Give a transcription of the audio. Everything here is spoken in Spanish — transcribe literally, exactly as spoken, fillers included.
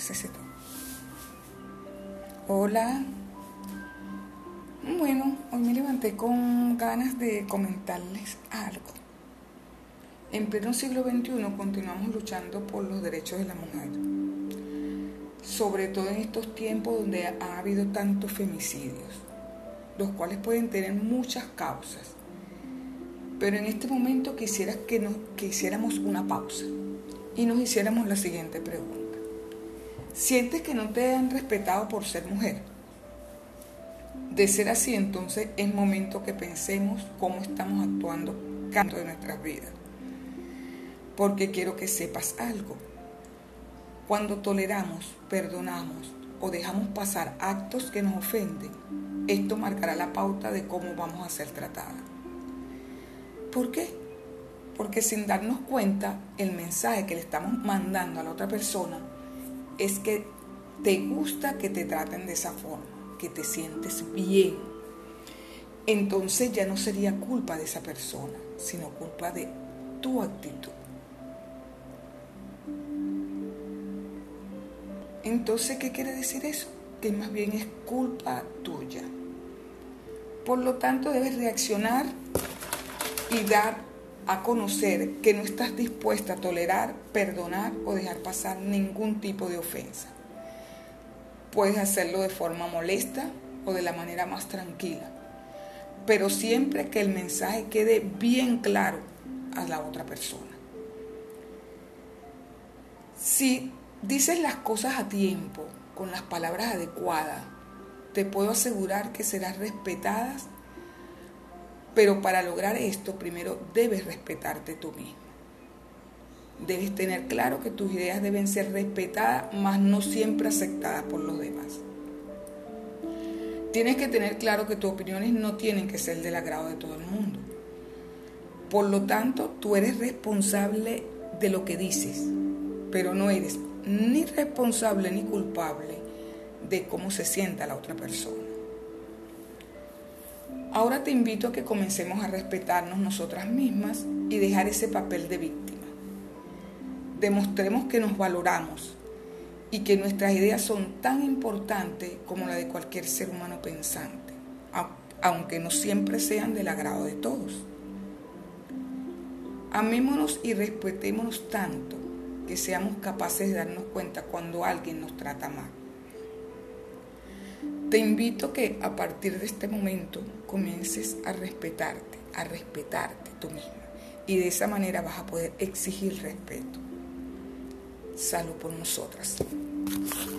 necesito. Hola. Bueno, hoy me levanté con ganas de comentarles algo. En pleno siglo veintiuno continuamos luchando por los derechos de la mujer, sobre todo en estos tiempos donde ha habido tantos femicidios, los cuales pueden tener muchas causas. Pero en este momento quisiera que, nos, que hiciéramos una pausa y nos hiciéramos la siguiente pregunta. ¿Sientes que no te han respetado por ser mujer? De ser así, entonces es momento que pensemos cómo estamos actuando cada uno de nuestras vidas. Porque quiero que sepas algo. Cuando toleramos, perdonamos o dejamos pasar actos que nos ofenden, esto marcará la pauta de cómo vamos a ser tratadas. ¿Por qué? Porque sin darnos cuenta, el mensaje que le estamos mandando a la otra persona es que te gusta que te traten de esa forma, que te sientes bien. Entonces ya no sería culpa de esa persona, sino culpa de tu actitud. Entonces, ¿qué quiere decir eso? Que más bien es culpa tuya. Por lo tanto, debes reaccionar y dar a conocer que no estás dispuesta a tolerar, perdonar o dejar pasar ningún tipo de ofensa. Puedes hacerlo de forma molesta o de la manera más tranquila, pero siempre que el mensaje quede bien claro a la otra persona. Si dices las cosas a tiempo, con las palabras adecuadas, te puedo asegurar que serás respetadas. Pero para lograr esto, primero debes respetarte tú mismo. Debes tener claro que tus ideas deben ser respetadas, mas no siempre aceptadas por los demás. Tienes que tener claro que tus opiniones no tienen que ser del agrado de todo el mundo. Por lo tanto, tú eres responsable de lo que dices, pero no eres ni responsable ni culpable de cómo se sienta la otra persona. Ahora te invito a que comencemos a respetarnos nosotras mismas y dejar ese papel de víctima. Demostremos que nos valoramos y que nuestras ideas son tan importantes como la de cualquier ser humano pensante, aunque no siempre sean del agrado de todos. Amémonos y respetémonos tanto que seamos capaces de darnos cuenta cuando alguien nos trata mal. Te invito a que a partir de este momento comiences a respetarte, a respetarte tú misma. Y de esa manera vas a poder exigir respeto. Salud por nosotras.